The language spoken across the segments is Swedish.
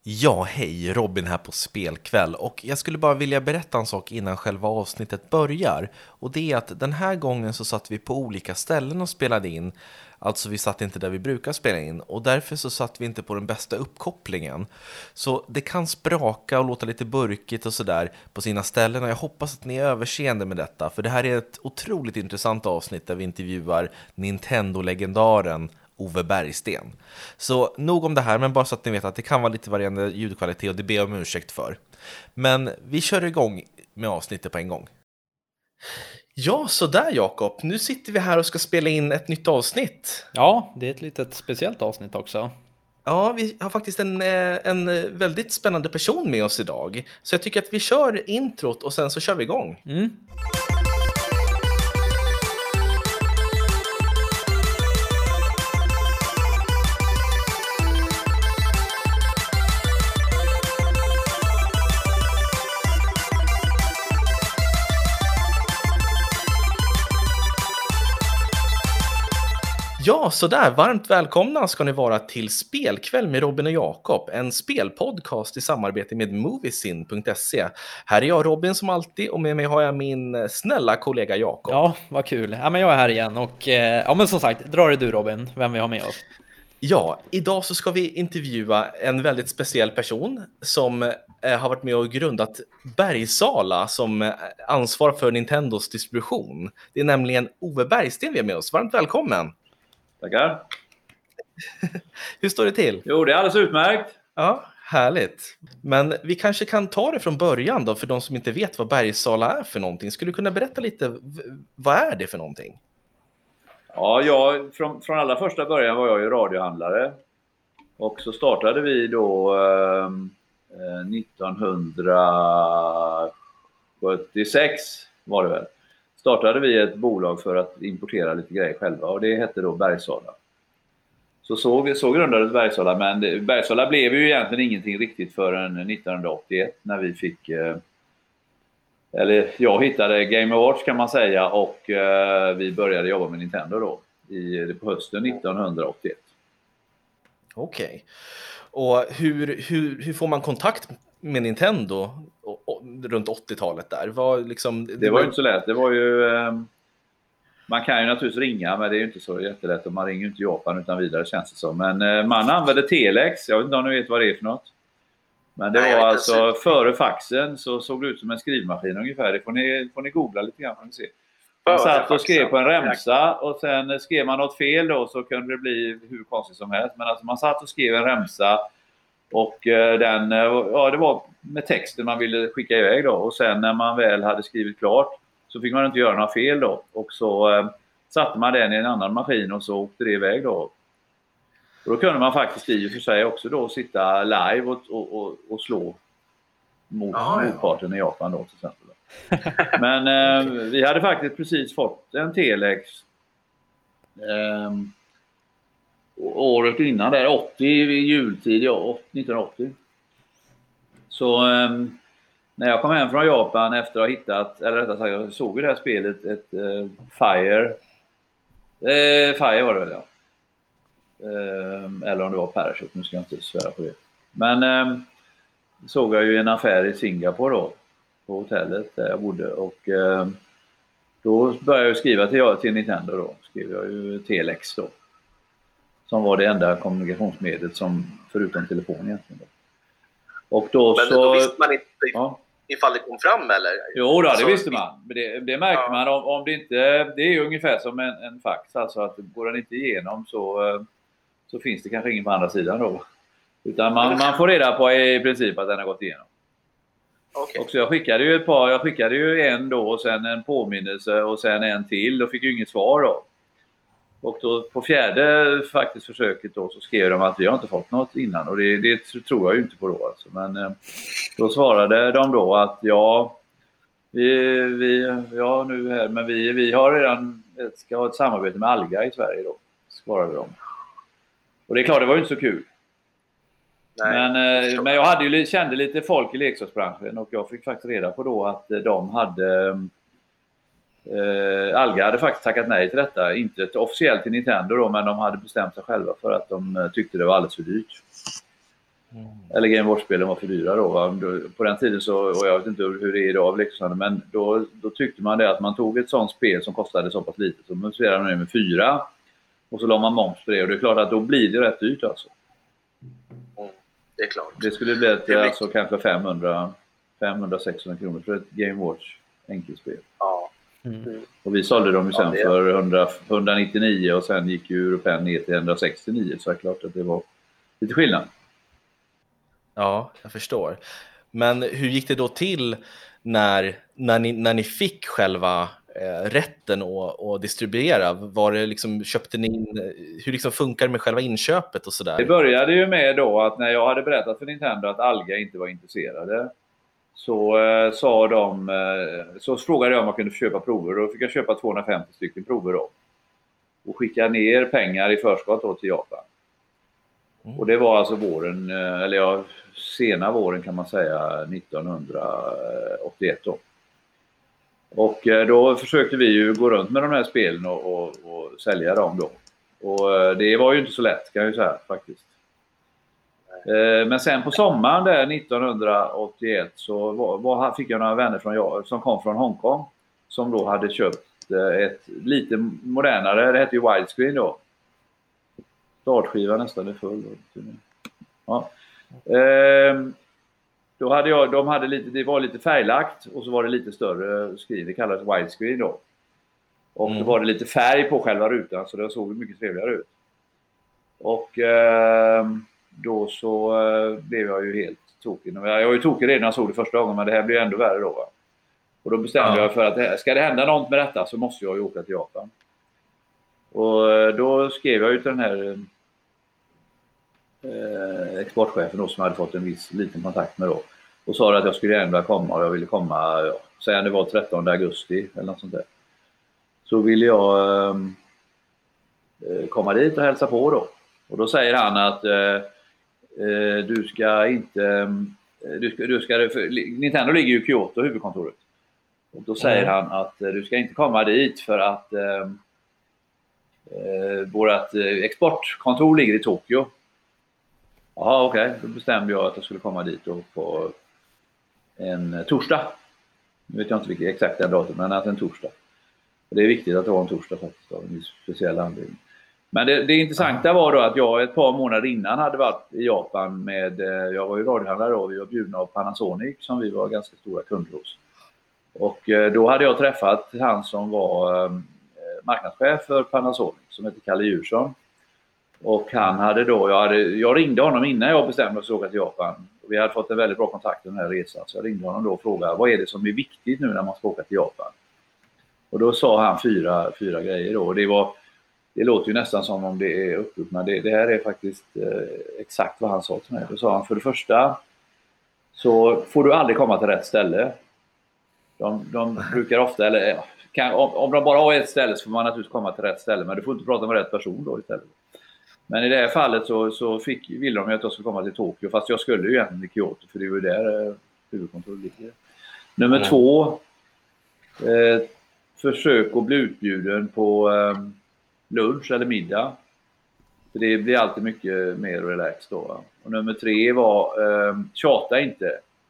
Ja, hej, Robin här på Spelkväll och jag skulle bara vilja berätta en sak innan själva avsnittet börjar. Och det är att den här gången så satt vi på olika ställen och spelade in. Alltså vi satt inte där vi brukar spela in och därför så satt vi inte på den bästa uppkopplingen. Så det kan spraka och låta lite burkigt och sådär på sina ställen och jag hoppas att ni är överseende med detta. För det här är ett otroligt intressant avsnitt där vi intervjuar Nintendo-legendaren Ove Bergsten. Så nog om det här, men bara så att ni vet att det kan vara lite varierande ljudkvalitet och det ber jag om ursäkt för. Men vi kör igång med avsnittet på en gång. Ja, så där Jakob. Nu sitter vi här och ska spela in ett nytt avsnitt. Ja, det är ett litet speciellt avsnitt också. Ja, vi har faktiskt en väldigt spännande person med oss idag. Så jag tycker att vi kör introt och sen så kör vi igång. Ja, så där. Varmt välkomna ska ni vara till Spelkväll med Robin och Jakob, en spelpodcast i samarbete med Moviesin.se. Här är jag Robin som alltid och med mig har jag min snälla kollega Jakob. Ja, vad kul. Ja, men jag är här igen och men som sagt, drar det du Robin, vem vi har med oss. Ja, idag så ska vi intervjua en väldigt speciell person som har varit med och grundat Bergsala som ansvar för Nintendos distribution. Det är nämligen Ove Bergsten vi är med oss. Varmt välkommen! Tackar. Hur står det till? Jo, det är alldeles utmärkt. Ja, härligt. Men vi kanske kan ta det från början då, för de som inte vet vad Bergsala är för någonting. Skulle du kunna berätta lite, vad är det för någonting? Ja, från allra första början var jag ju radiohandlare. Och så startade vi då 1976 var det väl. Startade vi ett bolag för att importera lite grejer själva och det hette då Bergsala. Så grundades Bergsala, men Bergsala blev ju egentligen ingenting riktigt förrän 1981 när vi fick, eller jag hittade Game Awards kan man säga och vi började jobba med Nintendo då på hösten 1981. Okej. Och hur får man kontakt med Nintendo runt 80-talet där? Det var ju inte så lätt. Det var ju man kan ju naturligtvis ringa, men det är ju inte så jättelätt och man ringer ju inte Japan utan vidare känns det som. Men man använde Telex, jag vet inte om ni vet vad det är för något. Men det var alltså före faxen så såg det ut som en skrivmaskin ungefär. Det får ni googla lite grann för att se. Man satt och skrev på en remsa och sen skrev man något fel då så kunde det bli hur konstigt som helst. Men alltså man satt och skrev en remsa och det var med texten man ville skicka iväg då. Och sen när man väl hade skrivit klart så fick man inte göra några fel då. Och så satte man den i en annan maskin och så åkte det iväg då. Och då kunde man faktiskt i och för sig också då sitta live och slå motparten i Japan då till exempel. Men vi hade faktiskt precis fått en Telex året innan där, 80 jultid, 1980. Så när jag kom hem från Japan efter att ha hittat, eller rättare sagt jag såg ju det här spelet, ett Fire var det väl ja. Eller om det var Parachute, nu ska jag inte svära på det. Men såg jag ju en affär i Singapore då, på hotellet där jag bodde och då började jag skriva till Nintendo då. Skrev jag ju Telex då. Som var det enda kommunikationsmedlet som förutom telefon egentligen då. Och då men då visste man inte ifall det kom fram eller? Jo då, det visste man. Men det märker man om det inte, det är ju ungefär som en fax, alltså att går den inte igenom så finns det kanske ingen på andra sidan då. Utan man får reda på i princip att den har gått igenom. Okay. Och så jag skickade ju en då och sen en påminnelse och sen en till och fick ju inget svar då. Och då på fjärde faktiskt försöket då så skrev de att vi har inte fått något innan och det tror jag ju inte på då alltså. Men då svarade de då att vi har redan ska ha ett samarbete med Alga i Sverige då, svarade de. Och det är klart, det var ju inte så kul. Nej, men jag kände lite folk i leksaksbranschen och jag fick faktiskt reda på då att de hade Alga hade faktiskt tackat nej till detta, inte officiellt till Nintendo då, men de hade bestämt sig själva för att de tyckte det var alldeles för dyrt. Eller Game Watch-spelen var för dyra då. Va? På den tiden så, och jag vet inte hur det är idag, liksom, men då tyckte man det att man tog ett sånt spel som kostade så pass lite, så multiplicerade man det med 4 och så la man moms på det, och det är klart att då blir det rätt dyrt alltså. Det är klart. Det skulle bli alltså kanske 500-600 kronor för ett Game Watch enkelspel. Ja. Och vi sålde dem ju sen för 199 och sen gick ju Europen ner till 169, så är det klart att det var lite skillnad. Ja, jag förstår. Men hur gick det då till när ni fick själva rätten att distribuera? Var det liksom, köpte ni in, hur liksom funkar det med själva inköpet och sådär? Det började ju med då att när jag hade berättat för Nintendo att Alga inte var intresserade, så så frågade jag om jag kunde få köpa prover. Då fick jag köpa 250 stycken prover då. Och skicka ner pengar i förskott då till Japan. Och det var alltså våren, sena våren kan man säga, 1981 då. Och då försökte vi ju gå runt med de här spelen och sälja dem då. Och det var ju inte så lätt, kan jag ju säga faktiskt. Men sen på sommaren där 1981 så fick jag några vänner som kom från Hongkong, som då hade köpt ett lite modernare, det hette ju widescreen då. Startskivan nästan är full. Ja. Då hade det var lite färglagt och så var det lite större skriv, det kallades widescreen då. Och då var det lite färg på själva rutan, så det såg mycket trevligare ut. Och då så blev jag ju helt tokig. Jag var ju tokig redan när jag såg det första gången, men det här blev ändå värre då. Va? Och då bestämde jag för att ska det hända något med detta så måste jag ju åka till Japan. Och då skrev jag ut den här exportchefen då, som hade fått en viss liten kontakt med då. Och sa att jag skulle gärna komma, och jag ville komma, säg det var 13 augusti eller något sånt där. Så ville jag komma dit och hälsa på då. Och då säger han att du ska inte... Nintendo ligger ju i Kyoto, huvudkontoret. Och då säger han att du ska inte komma dit för att vårt exportkontor ligger i Tokyo. Jaha, okej. Då bestämde jag att jag skulle komma dit då på en torsdag. Nu vet jag inte vilket exakt den datum, men att en torsdag. Och det är viktigt att det var en torsdag faktiskt, av en speciell anledning. Men det intressanta var då att jag ett par månader innan hade varit i Japan med, jag var ju radiohandlare då, vi var bjudna av Panasonic som vi var ganska stora kunder hos. Och då hade jag träffat han som var marknadschef för Panasonic, som heter Kalle Djursson. Och han hade då, jag ringde honom innan jag bestämde mig för att åka till Japan. Och vi hade fått en väldigt bra kontakt i den här resan, så jag ringde honom då och frågade vad är det som är viktigt nu när man ska åka till Japan. Och då sa han fyra grejer då, och det låter ju nästan som om det är uppgjort, men det här är faktiskt exakt vad han sa till mig. Då sa han, för det första så får du aldrig komma till rätt ställe. De brukar ofta, om de bara har ett ställe så får man naturligtvis komma till rätt ställe, men du får inte prata med rätt person då istället. Men i det här fallet så ville de att jag skulle komma till Tokyo, fast jag skulle ju egentligen till Kyoto, för det är ju där huvudkontoret ligger. Nummer 2, försök att bli utbjuden på lunch eller middag. För det blir alltid mycket mer relaxed då. Och nummer 3 var tjata inte.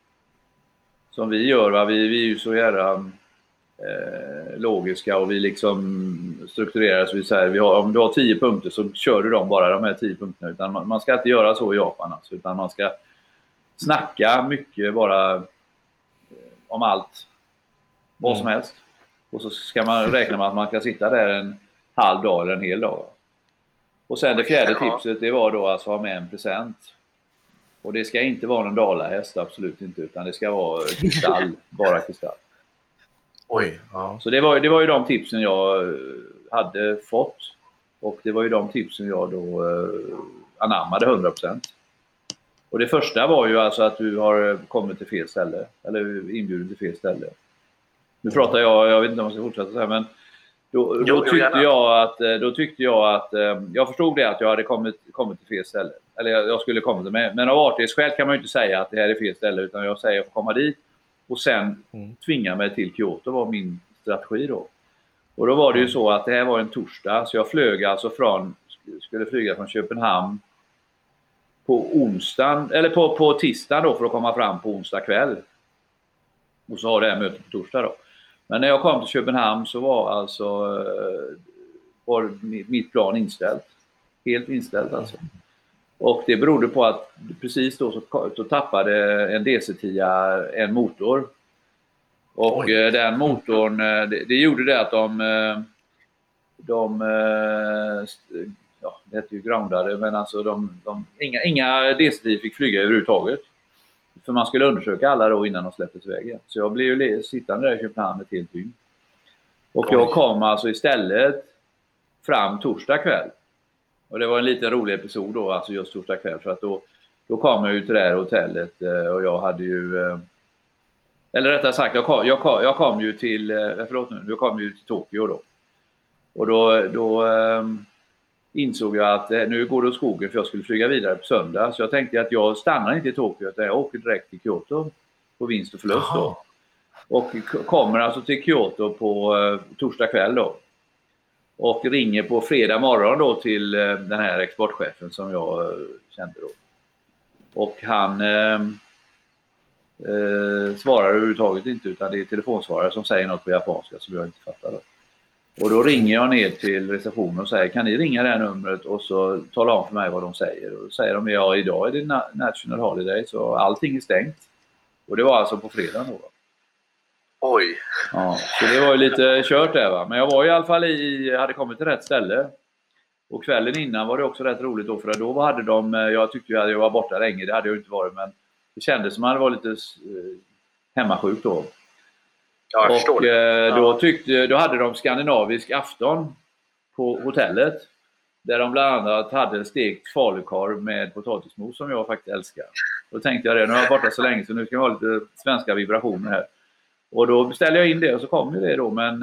Som vi gör, va? Vi är ju så jävla logiska och vi liksom strukturerar så vi säger, om du har 10 punkter så kör du dem bara, de här 10 punkterna. Utan man ska inte göra så i Japan alltså, utan man ska snacka mycket bara om allt. Vad som helst. Och så ska man räkna med att man kan sitta där en halv dag eller en hel dag. Och sen det fjärde tipset, det var då alltså ha med en present. Och det ska inte vara någon dalahäst, absolut inte, utan det ska vara kristall, bara kristall. Oj, ja. Så det var ju de tipsen jag hade fått. Och det var ju de tipsen jag då anammade 100%. Och det första var ju alltså att du har kommit till fel ställe, eller inbjuden till fel ställe. Nu pratar jag vet inte om jag ska fortsätta så här, men då tyckte jag att jag förstod det att jag hade kommit till fel ställe. Eller jag skulle komma till med. Men av artighetsskäl kan man ju inte säga att det här är fel ställe, utan jag säger att jag får komma dit och sen tvinga mig till Kyoto var min strategi då. Och då var det ju så att det här var en torsdag, så jag flög alltså skulle flyga från Köpenhamn på onsdagen, eller på tisdagen då, för att komma fram på onsdag kväll. Och så har det här mötet på torsdag då. Men när jag kom till Köpenhamn så var mitt plan inställt. Helt inställt alltså. Och det berodde på att precis då så tappade en DC-10 en motor. Och den motorn, det gjorde det att det heter ju groundade, men alltså inga DC-10 fick flyga överhuvudtaget. För man skulle undersöka alla då innan de släpptes iväg igen. Så jag blev ju sittande där i Köpenhamn ett helt dygn. Och jag kom alltså istället fram torsdag kväll. Och det var en liten rolig episod då, alltså just torsdag kväll. För att då kom jag ju till det här hotellet och jag hade ju... Eller rättare sagt, jag kom ju till... jag kom ju till Tokyo då. Och då insåg jag att nu går det åt skogen för jag skulle flyga vidare på söndag. Så jag tänkte att jag stannar inte i Tokyo utan jag åker direkt till Kyoto på vinst och förlust då. Och kommer alltså till Kyoto på torsdag kväll då. Och ringer på fredag morgon då till den här exportchefen som jag kände då. Och han svarar överhuvudtaget inte, utan det är telefonsvarare som säger något på japanska som jag inte fattar då. Och då ringer jag ner till receptionen och säger, kan ni ringa det här numret och så tala om för mig vad de säger. Och då säger de, ja idag är det National Holiday så allting är stängt. Och det var alltså på fredagen då. Oj. Ja, så det var ju lite kört där va. Men jag var i alla fall hade kommit till rätt ställe. Och kvällen innan var det också rätt roligt då, för då hade de, jag tyckte ju att jag var borta länge, det hade jag inte varit, men det kändes som att jag var lite hemmasjuk då. Ja, jag förstår och då hade de skandinavisk afton på hotellet. Där de bland annat hade stekt falukorv med potatismos som jag faktiskt älskar. Då tänkte jag det, nu har jag varit borta så länge så nu ska vi ha lite svenska vibrationer här. Och då beställde jag in det och så kom det då, men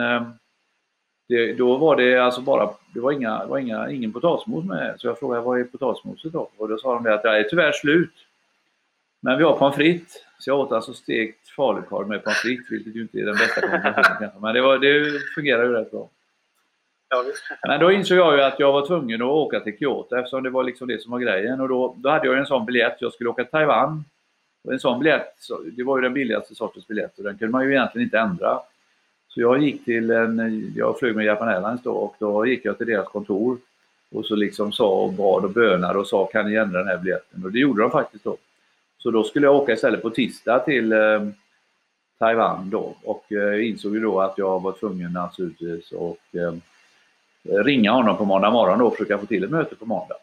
då var det alltså bara, det var ingen potatismos med. Så jag frågade, vad är potatismoset då? Och då sa de att det är tyvärr slut. Men vi har pommes frites. Så jag åt alltså stekt falukorv med pommes frites, vilket ju inte är den bästa kombinationen kanske. Men det fungerar ju rätt bra. Ja, visst. Men då insåg jag ju att jag var tvungen att åka till Kyoto eftersom det var liksom det som var grejen. Och då hade jag en sån biljett, jag skulle åka till Taiwan. Och en sån biljett, det var ju den billigaste sortens biljett och den kunde man ju egentligen inte ändra. Så jag gick jag flög med Japan Airlines då och då gick jag till deras kontor. Och så liksom sa och bad och bönade och sa, kan ni ändra den här biljetten? Och det gjorde de faktiskt då. Så då skulle jag åka istället på tisdag till Taiwan då. Och insåg ju då att jag var tvungen naturligtvis och ringa honom på måndag morgon då och försöka få till ett möte på måndag.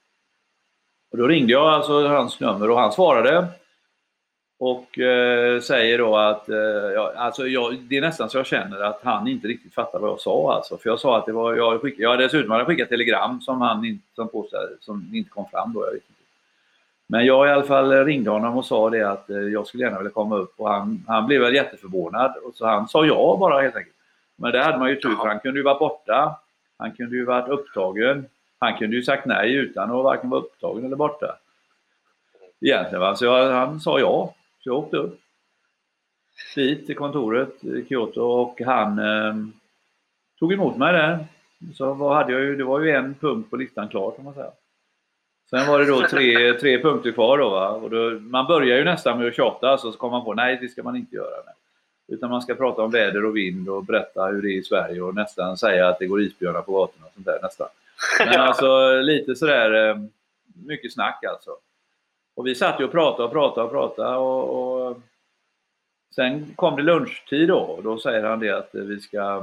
Och då ringde jag alltså hans nummer och han svarade. Och säger då att det är nästan så jag känner att han inte riktigt fattar vad jag sa alltså. För jag sa att det var, jag dessutom hade skickat telegram som inte kom fram då, jag vet inte. Men jag i alla fall ringde honom och sa det att jag skulle gärna vilja komma upp och han blev väl jätteförvånad och så han sa ja bara helt enkelt. Men det hade man ju tur för han kunde ju vara borta, han kunde ju varit upptagen, han kunde ju sagt nej utan att varken vara upptagen eller borta. Egentligen va, så han sa ja. Så jag åkte upp dit till kontoret i Kyoto och han tog emot mig där. Så hade jag ju, det var ju en punkt på listan klar kan man säga. Sen var det då tre punkter kvar då va. Och då, man börjar ju nästan med att tjata så kommer man på nej det ska man inte göra. Nej. Utan man ska prata om väder och vind och berätta hur det är i Sverige och nästan säga att det går isbjörnar på gatorna och sånt där nästan. Men alltså lite sådär mycket snack alltså. Och vi satt ju och pratade och sen kom det lunchtid då och då säger han det att vi ska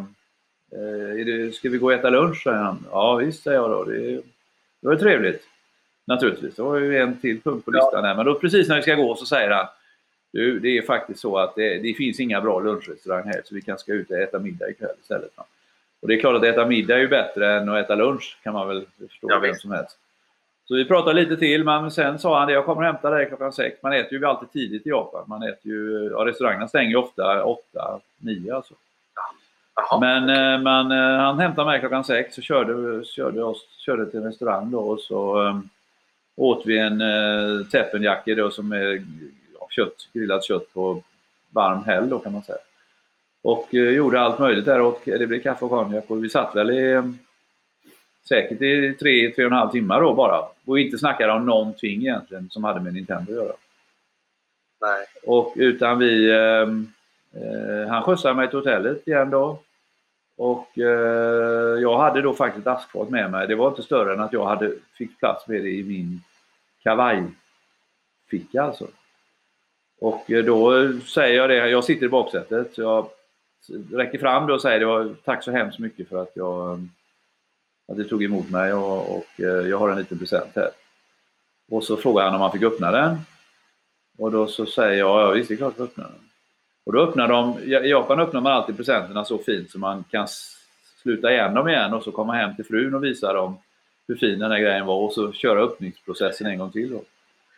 vi gå och äta lunch, säger han. Ja visst, säger jag då. Det var trevligt. Naturligtvis, det var ju en till punkt på listan här. Men då precis när vi ska gå så säger han du, det är faktiskt så att det finns inga bra lunchrestauranger här så vi ska ut och äta middag ikväll istället. Och det är klart att äta middag är ju bättre än att äta lunch kan man väl förstå vem som helst. Så vi pratade lite till, men sen sa han det, jag kommer hämta dig klockan 6. Man äter ju alltid tidigt i Japan. Man äter ju, restaurangerna stänger ju ofta 8, 9 alltså. Jaha. Men han hämtade mig klockan 6 och körde till en restaurang då och så åt vi en teppanyaki då som är grillat kött på varm häll då kan man säga. Och gjorde allt möjligt där och det blev kaffe och konjak och vi satt väl säkert i 3,5 timmar då bara. Och inte snackade om någonting egentligen som hade med Nintendo att göra. Nej. Och utan han skjutsade mig till hotellet igen då. Och jag hade då faktiskt askfat med mig. Det var inte större än att jag fick plats med det i min kavajficka alltså. Och då säger jag det, jag sitter i baksätet. Så jag räcker fram då och säger tack så hemskt mycket för att att du tog emot mig och jag har en liten present här. Och så frågar han om man fick öppna den. Och då så säger jag, visst det är klart att öppna den. Och då i Japan öppnar man alltid presenterna så fint så man kan sluta igen dem igen och så komma hem till frun och visa dem hur fin den här grejen var och så köra öppningsprocessen en gång till då.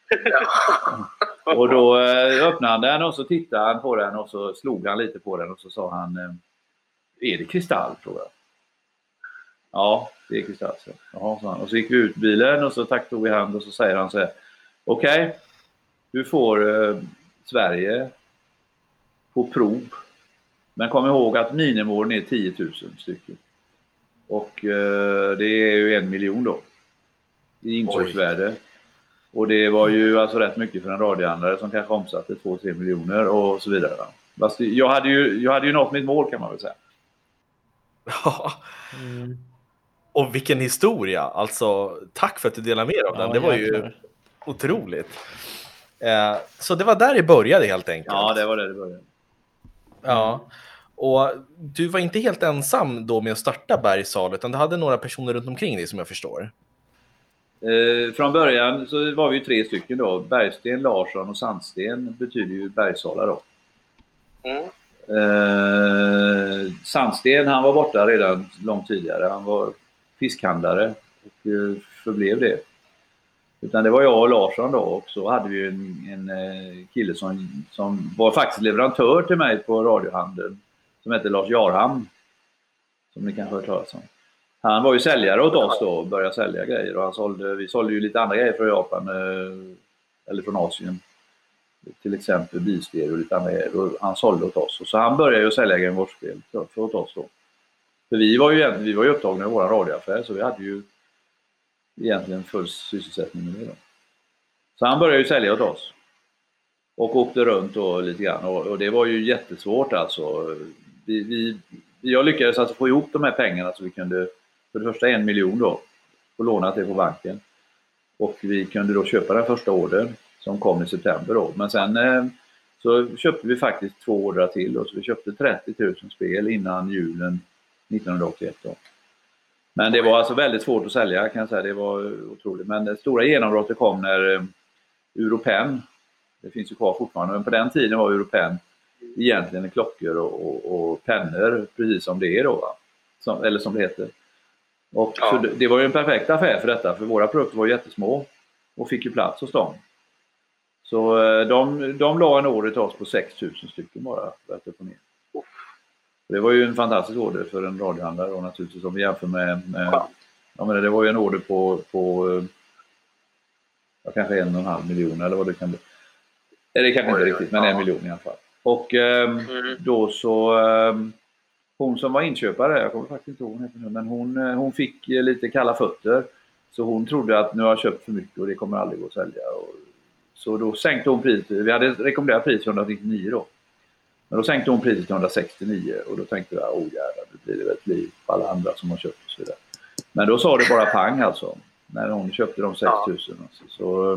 Och då öppnade han den och så tittade han på den och så slog han lite på den och så sa han, är det kristall? Frågade jag. Ja, det är kristall. Jaha, sa han. Och så gick vi ut bilen och så tog vi hand och så säger han så här, okej, du får Sverige på prov. Men kom ihåg att minimum är 10 000 stycken. Och det är ju 1 miljon då. I inköpsvärde. Och det var ju alltså rätt mycket för en radiohandlare som kanske omsatte 2-3 miljoner och så vidare. Fast jag hade ju nått mitt mål kan man väl säga. Ja. Och vilken historia. Alltså, tack för att du delade med dig av den. Det var ju otroligt. Så det var där det började helt enkelt. Ja, det var där det började. Ja, och du var inte helt ensam då med att starta Bergsal, utan du hade några personer runt omkring dig som jag förstår. Från början så var vi ju 3 stycken då. Bergsten, Larsson och Sandsten betyder ju bergsala då. Sandsten, han var borta redan långt tidigare. Han var fiskhandlare och förblev det. Utan det var jag och Larsson då, och så hade vi en kille som var faktiskt leverantör till mig på radiohandeln som heter Lars Jarham, som ni kanske har hört talas om. Han var ju säljare åt oss då och började sälja grejer och vi sålde ju lite andra grejer från Japan eller från Asien. Till exempel bilspel och lite andra grejer och han sålde åt oss. Och så han började ju sälja Gameboy-spel för åt oss då. För vi var ju upptagna i vår radioaffär så vi hade ju egentligen full sysselsättning med det då. Så han började ju sälja åt oss. Och åkte runt då lite grann. Och det var ju jättesvårt alltså. Jag lyckades alltså få ihop de här pengarna så vi kunde för det första 1 miljon då. Och låna det på banken. Och vi kunde då köpa den första ordern som kom i september då. Men sen så köpte vi faktiskt 2 ordrar till. Och så vi köpte 30 000 spel innan julen 1981 då. Men det var alltså väldigt svårt att sälja kan jag säga, det var otroligt. Men det stora genombrottet kom när Europen, det finns ju kvar fortfarande, men på den tiden var Europen egentligen klockor och pennor, precis som det är då va? Eller som det heter. Och så det var ju en perfekt affär för detta, för våra produkter var jättesmå och fick ju plats hos dem. Så de la en order till oss på 6 000 stycken bara, rätt upp och ner. Det var ju en fantastisk order för en radiohandlare och naturligtvis om vi jämför med jag menar, det var ju en order på kanske 1,5 miljoner eller vad det kan bli. Det kanske inte riktigt, men 1 miljon i alla fall. Och då så hon som var inköpare, jag kommer faktiskt inte ihåg hon heter nu, men hon fick lite kalla fötter. Så hon trodde att nu har jag köpt för mycket och det kommer aldrig gå att sälja. Så då sänkte hon priset, vi hade rekommenderat pris 199 då. Men då sänkte hon priset till 169 och då tänkte jag, jävlar, det blir det väl ett liv på alla andra som har köpt och så vidare. Men då sa det bara pang alltså, när hon köpte de 6 000. Alltså. Så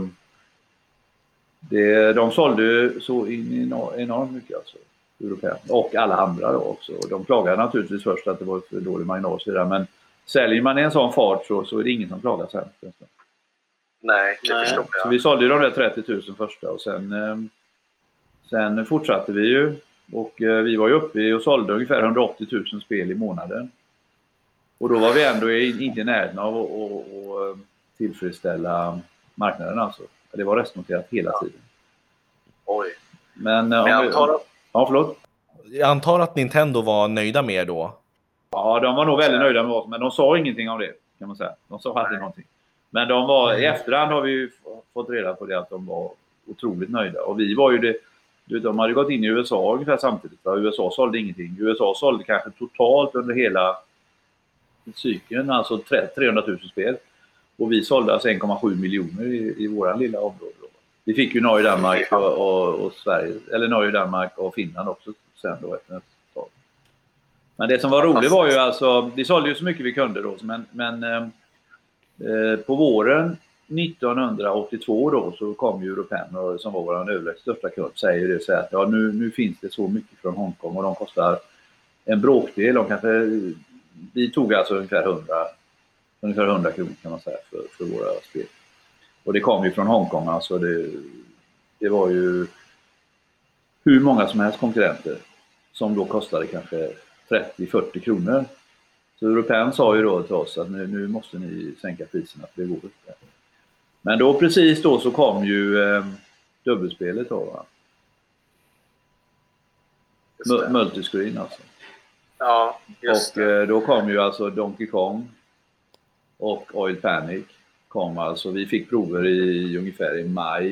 de sålde så enormt mycket alltså, Europeer. Och alla andra då också. Och de klagade naturligtvis först att det var för dålig marginal och så vidare, men säljer man i en sån fart så är det ingen som klagar sen. Nej, det förstår jag. Så vi sålde ju de där 30 000 första och sen fortsatte vi ju. Och vi var ju uppe och sålde ungefär 180 000 spel i månaden. Och då var vi ändå inte i närheten av att tillfredsställa marknaden alltså. Det var restnoterat hela tiden. Oj. Men ja, förlåt. Jag antar att Nintendo var nöjda med er då? Ja, de var nog väldigt nöjda med oss, men de sa ingenting om det kan man säga. De sa aldrig någonting. Men de var, i efterhand har vi ju fått reda på det att de var otroligt nöjda. Och vi var ju det. De hade gått in i USA ungefär samtidigt. USA sålde ingenting. USA sålde kanske totalt under hela cykeln, alltså 300 000 spel. Och vi sålde alltså 1,7 miljoner i våran lilla område. Vi fick ju Norge, Danmark och Sverige, eller Norge, Danmark och Finland också sen då efter ett tag. Men det som var roligt var ju alltså, vi sålde ju så mycket vi kunde då, men på våren 1982 då så kom ju Europen som var vår överlägset största kund, säger det så att nu finns det så mycket från Hongkong och de kostar en bråkdel. Vi tog alltså ungefär 100 kronor kan man säga för våra spel. Och det kom ju från Hongkong, alltså det var ju hur många som helst konkurrenter som då kostade kanske 30-40 kronor. Så Europen sa ju då till oss att nu måste ni sänka priserna för det går inte. Men då precis då så kom ju dubbelspelet då, va? Multiscreen alltså. Ja, just och då kom ju alltså Donkey Kong och Oil Panic kom alltså. Vi fick prover ungefär i maj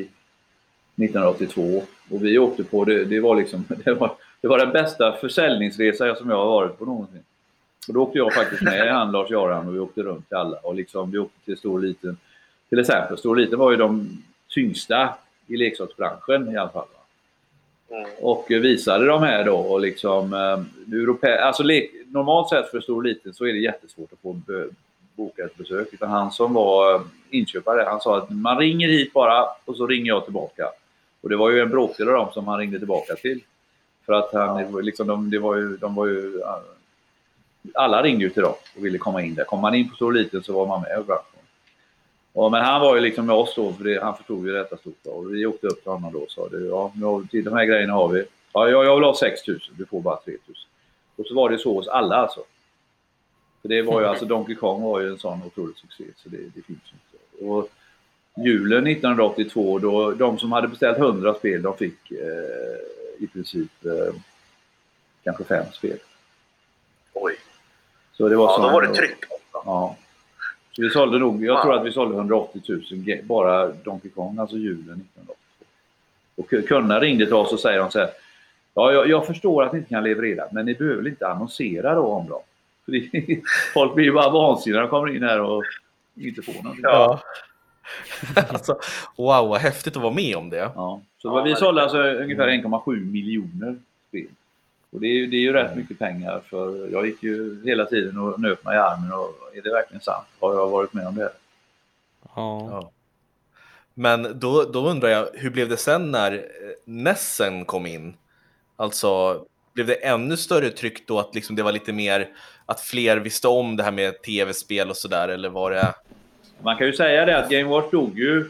1982 och vi åkte på det var liksom det var den bästa försäljningsresa som jag har varit på någonsin. Och då åkte jag faktiskt med han Lars Göran och vi åkte runt till alla och liksom vi åkte till Stor och Liten. Till exempel Stor och Liten var ju de tyngsta i leksaksbranschen i alla fall. Och visade de här då och liksom alltså normalt sett för Stor och Liten så är det jättesvårt att få boka ett besök, utan han som var inköpare, han sa att man ringer hit bara och så ringer jag tillbaka. Och det var ju en bråkdel av dem som han ringde tillbaka till. För att han liksom de var ju alla ringde ju till dem och ville komma in där. Kom man in på Stor och Liten så var man med överallt. Men han var ju liksom med oss då, för han förstod ju detta stort då. Och vi åkte upp till honom då och sa till de här grejerna har vi. Ja, jag vill ha 6 000, du får bara 3 000. Och så var det så hos alla alltså. För det var ju alltså Donkey Kong var ju en sån otrolig succé så det finns inte. Och julen 1982 då de som hade beställt 100 spel de fick i princip kanske 5 spel. Oj. Så det var då var det tryck. Ja. Så vi sålde nog, jag tror att vi sålde 180 000 bara Donkey Kong, alltså julen 1982. Och kunderna ringde till oss och säger de så här: ja, jag förstår att ni inte kan leverera, men ni behöver inte annonsera då om dem. För folk blir ju bara vansinniga när de kommer in här och inte får någonting. Ja. Alltså, wow, vad häftigt att vara med om det. Ja. Så vi sålde alltså ungefär 1,7 miljoner spel. Och det är ju rätt mycket pengar, för jag gick ju hela tiden och nöp mig i armen och är det verkligen sant? Har jag varit med om det? Ja. Men då undrar jag, hur blev det sen när Nessen kom in? Alltså, blev det ännu större tryck då att liksom det var lite mer att fler visste om det här med tv-spel och sådär, eller var det? Man kan ju säga det att Game Watch dog ju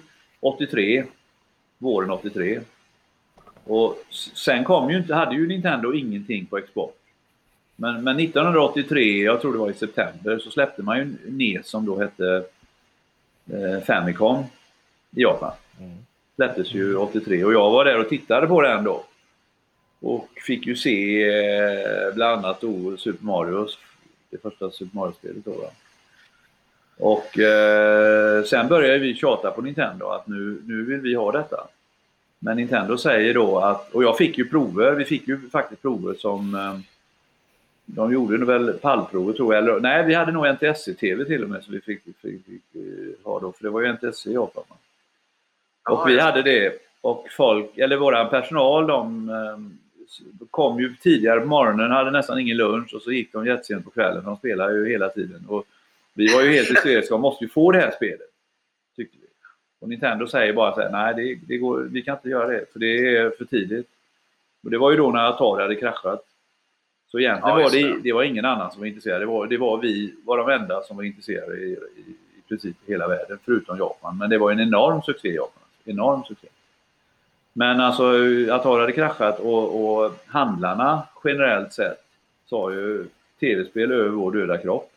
våren 83. Och sen hade ju Nintendo ingenting på export. Men 1983, jag tror det var i september, så släppte man ju NES som då hette Famicom i Japan. Släpptes ju 83 och jag var där och tittade på den då. Och fick ju se bland annat då Super Mario, det första Super Mario-spelet då. Och sen började vi tjata på Nintendo att nu vill vi ha detta. Men Nintendo säger då att, och jag fick ju prover, vi fick ju faktiskt prover som de gjorde väl pallprover tror jag, eller nej vi hade nog NTSC-TV till och med så vi fick ha då, för det var ju NTSC i Japan. Och vi hade det och folk, eller våran personal, de kom ju tidigare på morgonen, hade nästan ingen lunch och så gick de jättesent på kvällen, de spelade ju hela tiden och vi var ju helt hysteriska, måste ju få det här spelet, tyckte vi. Och Nintendo säger bara så här, nej det går, vi kan inte göra det för det är för tidigt. Och det var ju då när Atari hade kraschat. Så egentligen det var ingen annan som var intresserad. Det var vi var de enda som var intresserade i princip hela världen förutom Japan. Men det var en enorm succé i Japan. Enorm succé. Men alltså Atari hade kraschat och handlarna generellt sett sa ju tv-spel över vår döda kropp.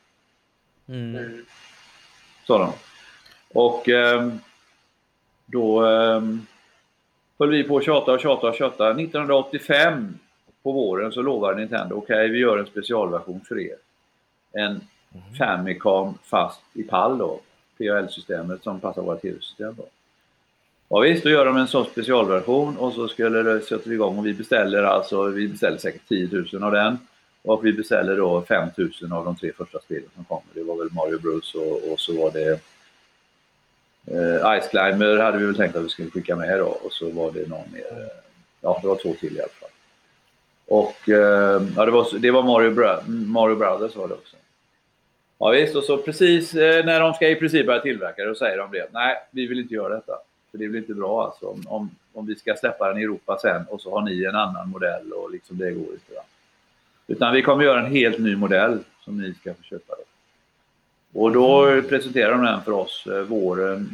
Sa de. Och då höll vi på att tjata. 1985 på våren så lovade Nintendo, okej, vi gör en specialversion för er. En Famicom fast i pall då. PAL-systemet som passar våra tv-system då. Ja visst, då gör de en sån specialversion och så skulle det sätta igång och vi beställer säkert 10 000 av den. Och vi beställde då 5000 av de 3 första spelen som kommer. Det var väl Mario Bros och så var det Ice Climber hade vi väl tänkt att vi skulle skicka med då. Och så var det någon mer. Ja, det var 2 till i alla fall. Och ja, det var Mario Brothers var det också. Ja visst, och så precis när de ska i princip börja tillverka det, då säger de det. Nej, vi vill inte göra detta. För det blir inte bra alltså. Om vi ska släppa den i Europa sen och så har ni en annan modell och liksom det går inte. Utan vi kommer göra en helt ny modell som ni ska få köpa. Då. Och då presenterar de den för oss våren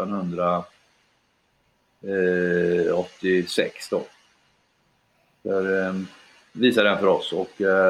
1986 då. För, visade den för oss och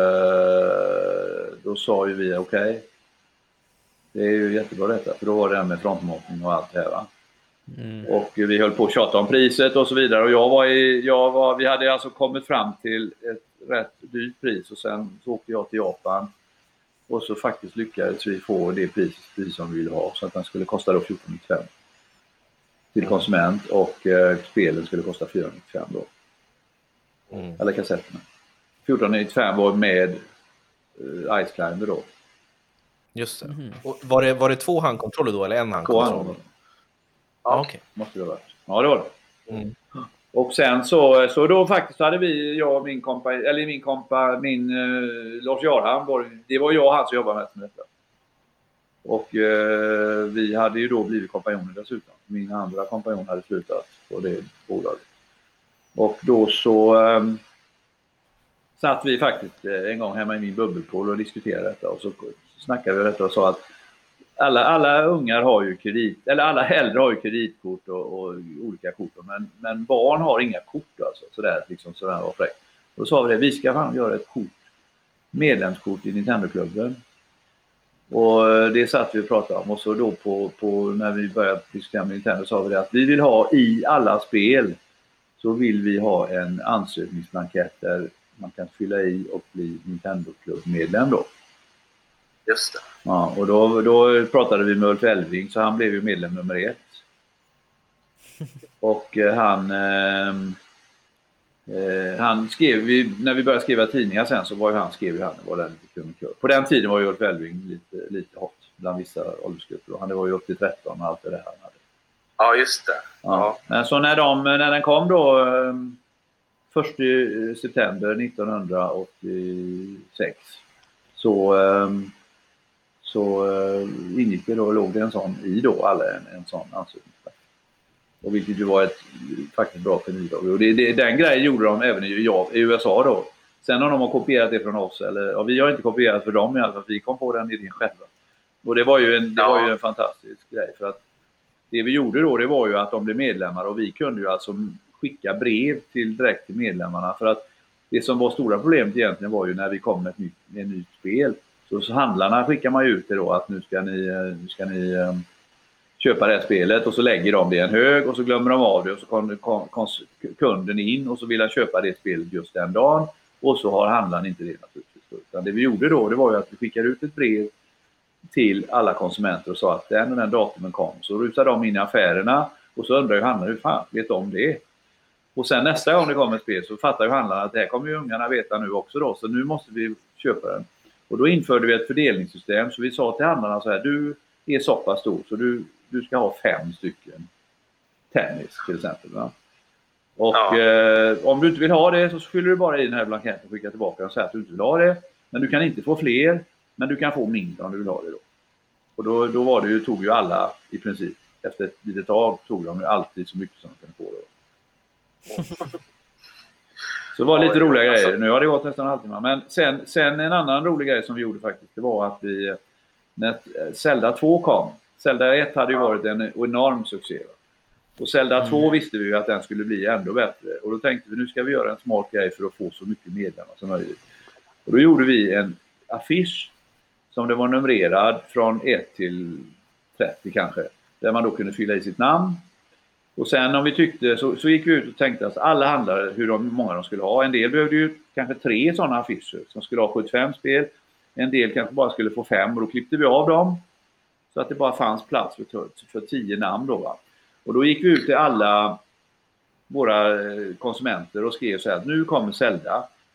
då sa ju vi okej. Det är ju jättebra detta, för då var det med frontmatning och allt det här va. Och vi höll på att tjata om priset och så vidare. Och vi hade alltså kommit fram till ett rätt dyrt pris och sen så åkte jag till Japan. Och så faktiskt lyckades vi få det pris som vi ville ha. Så att den skulle kosta då 14,95 till konsument och spelen skulle kosta 4,95 då. Eller kassetterna. 14,95 var med Ice Climber då. Just det. Och var det 2 handkontroller då eller en handkontroll? Ja, okej. Måste det ha varit. Ja, det var det. Och sen så då faktiskt hade vi, jag och min Lars Jarham, det var jag och han som jobbade med detta. Och vi hade ju då blivit kompanjoner dessutom. Min andra kompanjon hade slutat på det bolaget. Och då så satt vi faktiskt en gång hemma i min bubbelpool och diskuterade detta. Och så snackade vi detta och sa att alla ungar har ju kredit, eller alla äldre har ju kreditkort och olika kort. Men barn har inga kort alltså. Sådär var fräckt. Då sa vi det, vi ska fan göra ett medlemskort i Nintendo-klubben. Och det satt vi och pratade om. Och så då på när vi började diskutera med Nintendo sa vi det att vi vill ha i alla spel så vill vi ha en ansökningsblankett där man kan fylla i och bli Nintendo-klubbmedlem då. Just det. Ja, och då pratade vi med Ulf Elving så han blev ju medlem nummer 1. Och han skrev, när vi började skriva tidningar sen så var ju han var den lite kul. På den tiden var ju Ulf Elving lite hot bland vissa åldersgrupper. Han var ju upp till 13 och allt det där han hade. Ja, just det. Ja. Men så när den kom då 1 september 1986 så ingick det då, låg det en sån i då, en sån ansökning. Och vilket ju var ett faktiskt bra genidrag. Och den grejen gjorde de även i USA då. Sen har de kopierat det från oss, vi har inte kopierat för dem i alla fall, vi kom på den idén själva. Och det var ju en fantastisk grej, för att det vi gjorde då, det var ju att de blev medlemmar och vi kunde ju alltså skicka brev direkt till medlemmarna, för att det som var stora problemet egentligen var ju när vi kom med ett nytt spel. Så handlarna skickar man ju ut det då att nu ska ni köpa det här spelet och så lägger de det i en hög och så glömmer de av det och så kommer kunden in och så vill han köpa det spelet just den dagen och så har handlaren inte det naturligtvis. Utan det vi gjorde då, det var ju att vi skickade ut ett brev till alla konsumenter och sa att den datumen kom. Så rusade de in i affärerna och så undrar ju handlaren hur fan vet de det? Och sen nästa gång det kommer ett spel så fattar ju handlarna att det här kommer ju ungarna veta nu också då, så nu måste vi köpa den. Och då införde vi ett fördelningssystem så vi sa till handlarna så här, du är så pass stor så du ska ha 5 stycken tennis till exempel. Va? Och om du inte vill ha det så fyller du bara i den här blanketten och skickar tillbaka och säger att du inte vill ha det. Men du kan inte få fler, men du kan få mindre om du vill ha det då. Och då var det ju, tog ju alla i princip, efter ett litet tag tog de ju alltid så mycket som de kunde få det. Så det var lite roliga grejer. Nu har det gått nästan en halvtimme. Men sen en annan rolig grej som vi gjorde faktiskt, det var att när Zelda 2 kom. Zelda 1 hade ju varit en enorm succé. Och Zelda 2 visste vi ju att den skulle bli ändå bättre. Och då tänkte vi, nu ska vi göra en smart grej för att få så mycket medlemmar som möjligt. Och då gjorde vi en affisch som det var numrerad från 1 till 30 kanske. Där man då kunde fylla i sitt namn. Och sen om vi tyckte så gick vi ut och tänkte att alla handlare hur många de skulle ha. En del behövde ju kanske 3 sådana affischer som skulle ha 75 spel. En del kanske bara skulle få 5 och då klippte vi av dem. Så att det bara fanns plats för 10 namn då va. Och då gick vi ut till alla våra konsumenter och skrev så här att nu kommer Zelda.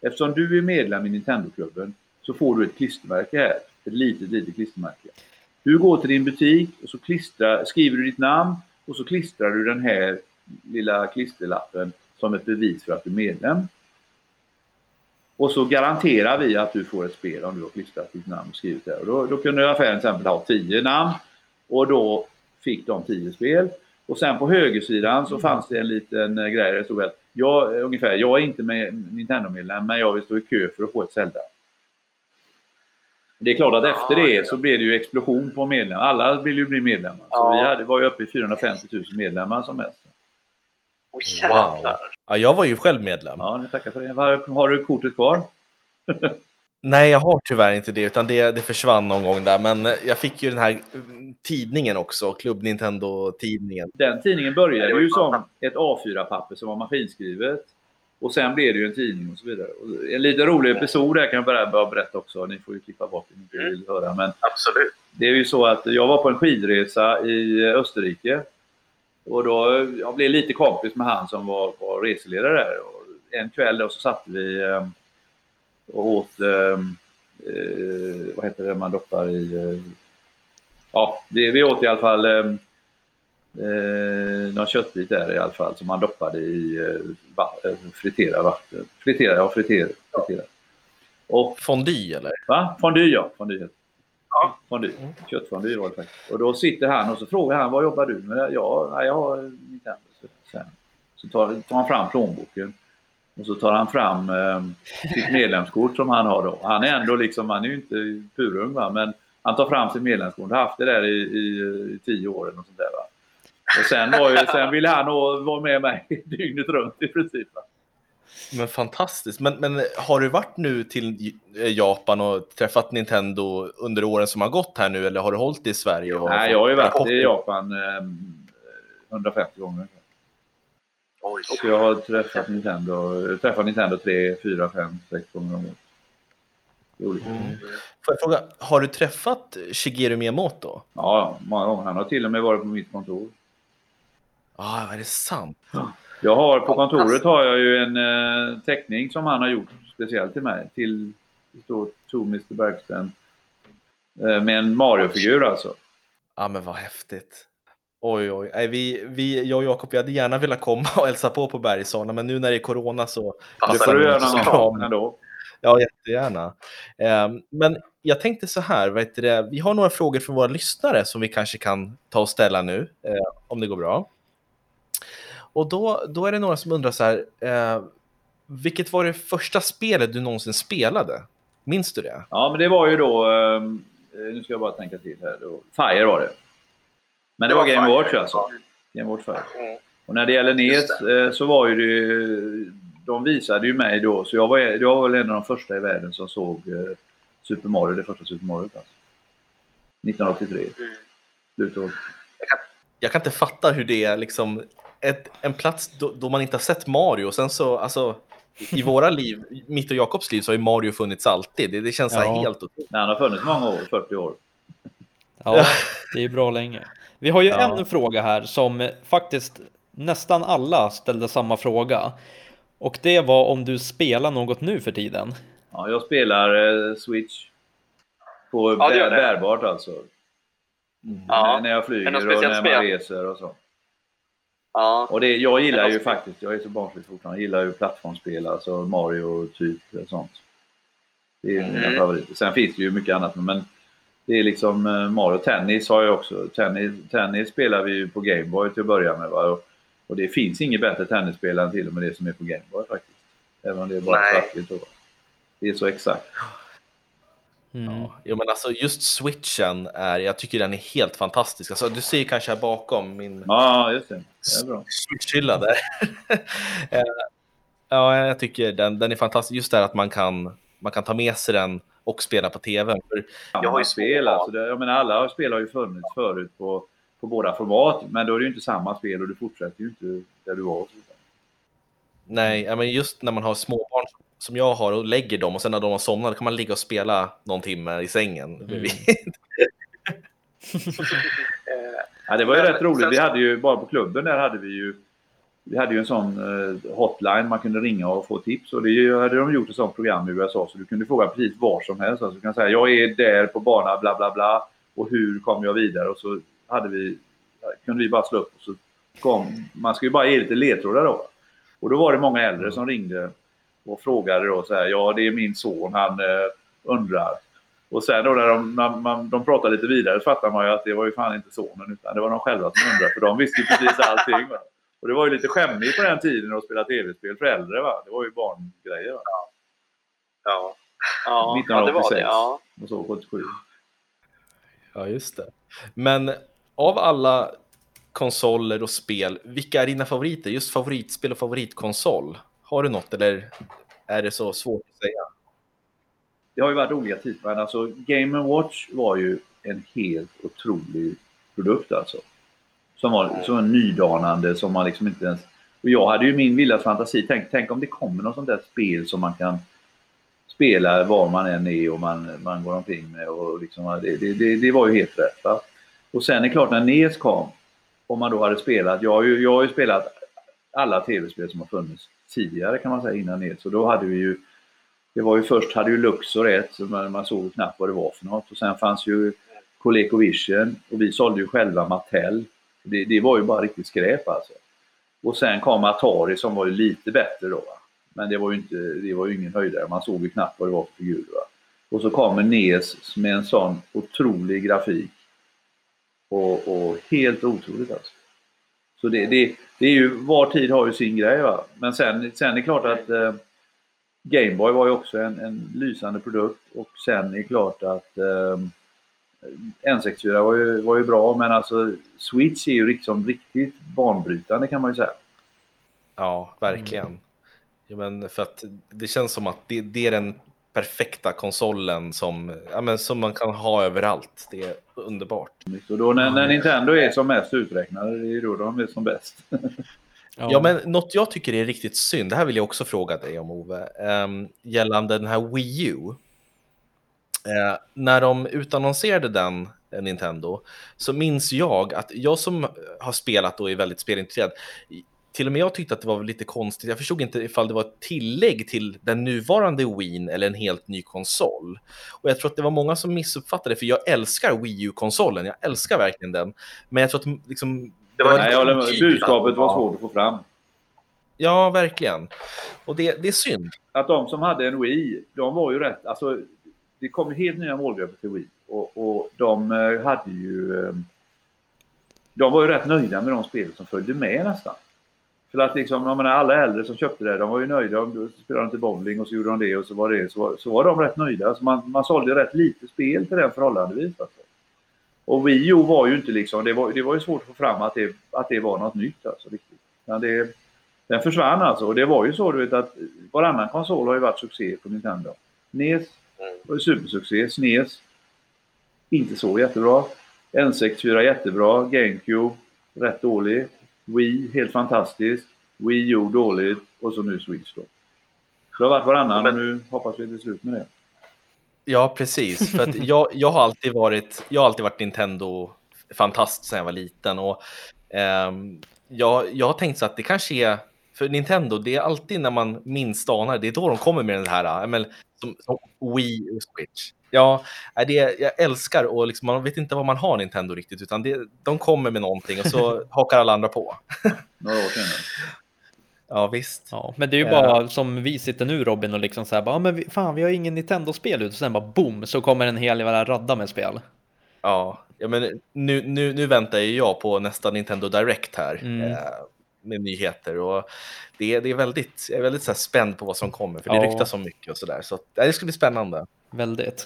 Eftersom du är medlem i Nintendo-klubben så får du ett klistermärke här. Ett litet klistermärke. Du går till din butik och så skriver du ditt namn och så klistrar du den här lilla klisterlappen som ett bevis för att du är medlem. Och så garanterar vi att du får ett spel om du har klistrat ditt namn och skrivit det. Och då kunde affären till exempel ha 10 namn och då fick de 10 spel. Och sen på högersidan så fanns det en liten grej där det stod att jag är inte med Nintendo-medlem men jag vill stå i kö för att få ett Zelda. Det är klart att efter det så blev det ju explosion på medlemmar. Alla vill ju bli medlemmar. Så vi var ju uppe i 450 000 medlemmar som helst. Wow. Ja, jag var ju själv medlem. Ja, nu tackar för det. Har du kortet kvar? Nej, jag har tyvärr inte det, utan det försvann någon gång där. Men jag fick ju den här tidningen också, Club Nintendo-tidningen. Den tidningen började ju som ett A4-papper som var maskinskrivet. Och sen blev det ju en tidning och så vidare. Och en lite rolig episod där kan jag bara berätta också. Ni får ju klippa bort det om ni inte vill höra. Men absolut. Det är ju så att jag var på en skidresa i Österrike. Och då jag blev lite kompis med han som var reseledare där. Och en kväll då så satt vi och åt, vad heter det man doppar i? Vi åt i alla fall någon köttbit där i alla fall som man doppade i friterad vatten. Friterad. Och fondue eller? Va? Fondue. Fondue. Köttfondue var det faktiskt. Och då sitter han och så frågar han, vad jobbar du med? Ja, jag har Nintendo. Så tar han fram plånboken. Och så tar han fram sitt medlemskort som han har då. Han är ändå liksom, han är ju inte purung va, men han tar fram sitt medlemskort. Han har haft det där i 10 år eller något sånt där va. Och sen ville han vara med mig dygnet runt i princip va. Men fantastiskt. Men har du varit nu till Japan och träffat Nintendo under åren som har gått här nu, eller har du hållit i Sverige? Nej, jag har ju varit i Japan 150 gånger. Oj. Och jag har träffat Nintendo 3, 4, 5, 6 gånger om året. Får jag fråga, har du träffat Shigeru Miyamoto? Ja, många gånger. Han har till och med varit på mitt kontor. Är det sant? Jag har på kontoret har jag ju en teckning som han har gjort speciellt till mig. Till Mr. Bergsten. Med en Mario-figur alltså. Ja, men vad häftigt. Oj. Jag och Jakob, vi hade gärna velat komma och hälsa på Bergsala, men nu när det är corona så... Det får du göra någon gång ändå. Ja, jättegärna. Men jag tänkte så här, vi har några frågor från våra lyssnare som vi kanske kan ta och ställa nu, om det går bra. Och då är det några som undrar så här, vilket var det första spelet du någonsin spelade? Minns du det? Ja, men det var ju då, nu ska jag bara tänka till här, då. Fire var det. Men det var Game Watch alltså. Game Watch Fire. Och när det gäller NES så var ju det, de visade ju mig då, så jag var väl en av de första i världen som såg Super Mario, det första Super Mario alltså. 1983. Jag kan inte fatta hur det är liksom en plats då man inte har sett Mario. Och sen så, alltså, i våra liv, mitt och Jakobs liv, så har ju Mario funnits alltid. Det känns så här helt otroligt. Nej, han har funnits många år, 40 år. Ja, det är bra länge. Vi har ju en fråga här som faktiskt nästan alla ställde samma fråga. Och det var om du spelar något nu för tiden. Ja, jag spelar Switch. På bärbart alltså. När jag flyger och när man reser och så. Ja. Och jag gillar ju faktiskt, jag är så barnslig fortfarande, jag gillar ju plattformsspel, alltså Mario typ sånt. Det är mina favoriter. Sen finns det ju mycket annat, men det är liksom Mario. Tennis har jag också. Tennis spelar vi ju på Game Boy till att börja med va? Och det finns inget bättre tennisspel än till och med det som är på Game Boy faktiskt. Även om det är bara svartvitt. Det är så exakt. Ja, men alltså just Switchen jag tycker den är helt fantastisk. Alltså, du ser kanske här bakom min just det. Det är bra. Switch-hylla där. Ja, jag tycker den är fantastisk. Just det att man kan ta med sig den och spela på tv. Jag har ju spel, alltså jag menar, alla spel har ju funnits förut på båda format, men då är det ju inte samma spel och du fortsätter ju inte där du var. Nej, men just när man har småbarn som jag har och lägger dem och sen när de har somnat kan man ligga och spela någon timme i sängen. Ja, det var ju rätt roligt. Vi hade ju bara på klubben där hade vi ju vi hade ju en sån hotline man kunde ringa och få tips. Och det hade de gjort ett sånt program i USA. Så du kunde fråga precis var som helst. Alltså du kan säga, jag är där på bana bla bla bla. Och hur kommer jag vidare? Och så kunde vi bara slå upp. Och så man ska ju bara ge lite ledtrådar då. Och då var det många äldre som ringde och frågade då så här, ja det är min son, han undrar. Och sen då när de pratade lite vidare så fattar man ju att det var ju fan inte sonen utan det var de själva som undrade, för de visste ju precis allting. Va? Och det var ju lite skämmigt på den tiden att spela tv-spel för äldre, va? Det var ju barngrejer. Va? Ja. 1986 det var det, ja. Och så 77. Ja, just det. Men av alla konsoler och spel, vilka är dina favoriter? Just favoritspel och favoritkonsol? Har du något eller är det så svårt att säga? Det har ju varit olika typer, men alltså Game & Watch var ju en helt otrolig produkt alltså. Som var nydanande, som man liksom inte ens... Och jag hade ju min vilda fantasi, tänk om det kommer något sånt där spel som man kan spela var man än är och man går omkring med och liksom, det var ju helt rätt, va? Och sen är det klart när NES kom, om man då hade spelat, jag har ju spelat alla tv-spel som har funnits tidigare kan man säga innan NES, och då hade vi ju, det var ju först hade ju Luxor ett, så man såg knappt vad det var för något, och sen fanns ju ColecoVision och vi sålde ju själva Mattel, det var ju bara riktigt skräp alltså. Och sen kom Atari som var ju lite bättre då, va? Men det var ju ingen höjdare, man såg ju knappt vad det var för figurer, va? Och så kommer NES med en sån otrolig grafik och helt otroligt alltså. Så det är ju, var tid har ju sin grej, va? Men sen är det klart att Game Boy var ju också en lysande produkt, och sen är det klart att N64 var ju bra, men alltså Switch är ju liksom riktigt banbrytande kan man ju säga. Ja, verkligen. Ja, men för att det känns som att det är den perfekta konsolen som man kan ha överallt. Det är underbart. Och då när Nintendo är som mest uträknade, det är ju då de är som bäst. Ja, men något jag tycker är riktigt synd, det här vill jag också fråga dig om, Ove, gällande den här Wii U. När de utannonserade den, Nintendo, så minns jag att jag som har spelat och är väldigt spelintresserad, till och med jag tyckte att det var lite konstigt. Jag förstod inte ifall det var ett tillägg till den nuvarande Wii eller en helt ny konsol. Och jag tror att det var många som missuppfattade, för jag älskar Wii U-konsolen. Jag älskar verkligen den. Men jag tror att liksom... budskapet var svårt att få fram. Ja, verkligen. Och det är synd. Att de som hade en Wii, de var ju rätt... Alltså, det kom helt nya målgrupper till Wii. Och de hade ju... De var ju rätt nöjda med de spel som följde med nästan. För att liksom, jag menar, alla äldre som köpte det, de var ju nöjda. De spelade inte bowling och så gjorde de det och så var de rätt nöjda. Alltså man sålde rätt lite spel till den förhållandevis. Alltså. Och Wii U var ju inte liksom, det var ju svårt att få fram att det var något nytt alltså riktigt. Men den försvann alltså, och det var ju så, du vet, att varannan konsol har ju varit succé på Nintendo. NES var ju supersuccé, SNES inte så jättebra, N64 jättebra, GameCube rätt dålig, Wii helt fantastiskt, Wii U dåligt, och så nu Switch då. Det har varit varannan, och nu hoppas vi till slut med det. Ja, precis. För att jag har alltid varit Nintendo-fantast sedan jag var liten. Och jag har tänkt så att det kanske är... För Nintendo, det är alltid när man minst anar, det är då de kommer med den här som Wii och Switch. Ja, jag älskar, och liksom, man vet inte vad man har Nintendo riktigt, utan de kommer med någonting och så hakar alla andra på. Några år sedan. Ja, visst. Ja, men det är ju bara som vi sitter nu, Robin, och liksom så här, bara, men vi har ingen Nintendo-spel ut, och sen bara boom, så kommer en hel jävla radda med spel. Ja, men nu väntar jag på nästa Nintendo Direct här med nyheter, och jag är väldigt så här spänd på vad som kommer, för det ryktas så mycket och sådär, så det ska bli spännande. Väldigt.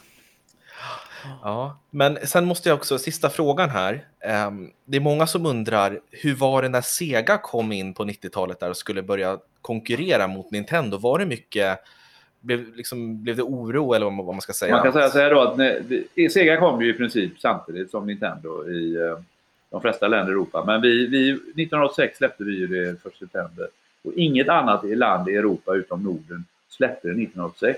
Ja, men sen måste jag också, sista frågan här. Det är många som undrar, hur var det när Sega kom in på 90-talet där och skulle börja konkurrera mot Nintendo? Var det mycket, blev det oro, eller vad man ska säga? Man kan säga så här då, att Sega kom ju i princip samtidigt som Nintendo i de flesta länder i Europa. Men vi 1986 släppte vi ju det 1 september. Och inget annat land i Europa utom Norden släppte det 1986.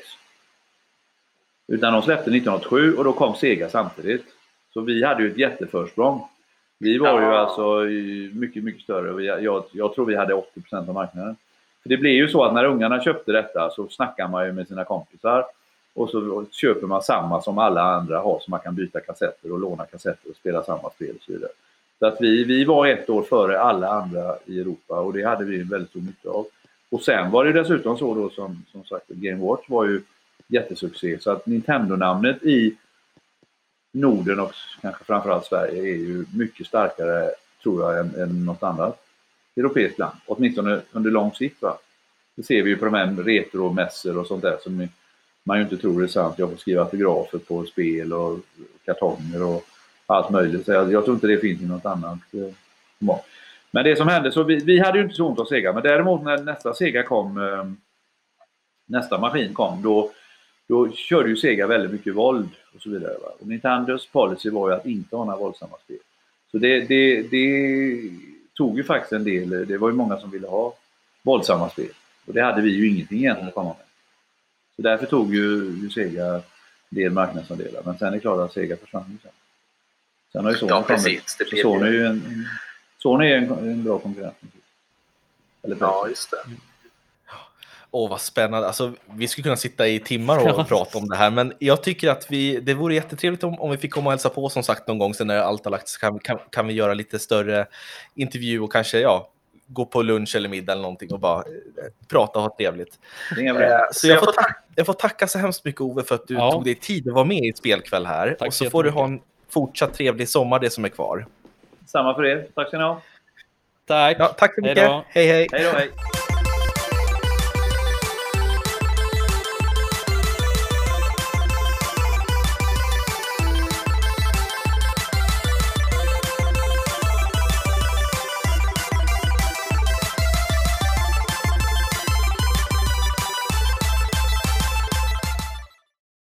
Utan de släppte 1987, och då kom Sega samtidigt. Så vi hade ju ett jätteförsprång. Vi var ju alltså mycket, mycket större. Jag tror vi hade 80% av marknaden. För det blir ju så att när ungarna köpte detta så snackar man ju med sina kompisar. Och så köper man samma som alla andra har, så man kan byta kassetter och låna kassetter och spela samma spel och så vidare. Så att vi var 1 år före alla andra i Europa, och det hade vi väldigt stor nytta av. Och sen var det dessutom så då som sagt, Game Watch var ju jättesuccé. Så att Nintendo-namnet i Norden och kanske framförallt Sverige är ju mycket starkare, tror jag, än något annat europeiskt land. Åtminstone under lång sikt, va? Det ser vi ju på de här retromässor och sånt där som man ju inte tror är sant. Jag får skriva autografer på spel och kartonger och allt möjligt. Så jag tror inte det finns i något annat. Men det som hände, så vi hade ju inte så ont av Sega. Men däremot när nästa Sega kom, nästa maskin kom, då körde ju Sega väldigt mycket våld och så vidare. Va? Och Nintendos policy var ju att inte ha några våldsamma spel. Så det tog ju faktiskt en del. Det var ju många som ville ha våldsamma spel. Och det hade vi ju ingenting egentligen att komma med. Så därför tog ju Sega del marknadsandelar. Men sen är det klart att Sega försvann. Sen har ju Sony precis. kommit. Sony är en bra konkurrent. Ja, just det. Vad spännande. Alltså, vi skulle kunna sitta i timmar och prata om det här. Men jag tycker att det vore jättetrevligt om vi fick komma och hälsa på, som sagt, någon gång sen när allt har lagt, så kan vi göra lite större intervju och kanske gå på lunch eller middag eller någonting och bara prata och ha trevligt. Så jag får tacka så hemskt mycket, Ove, för att du tog dig tid att vara med i Spelkväll här. Tack, och så får du ha en fortsatt trevlig sommar, det som är kvar. Samma för er. Tack ska ni ha. Tack. Tack så mycket. Hej, hej. Hej då, hej.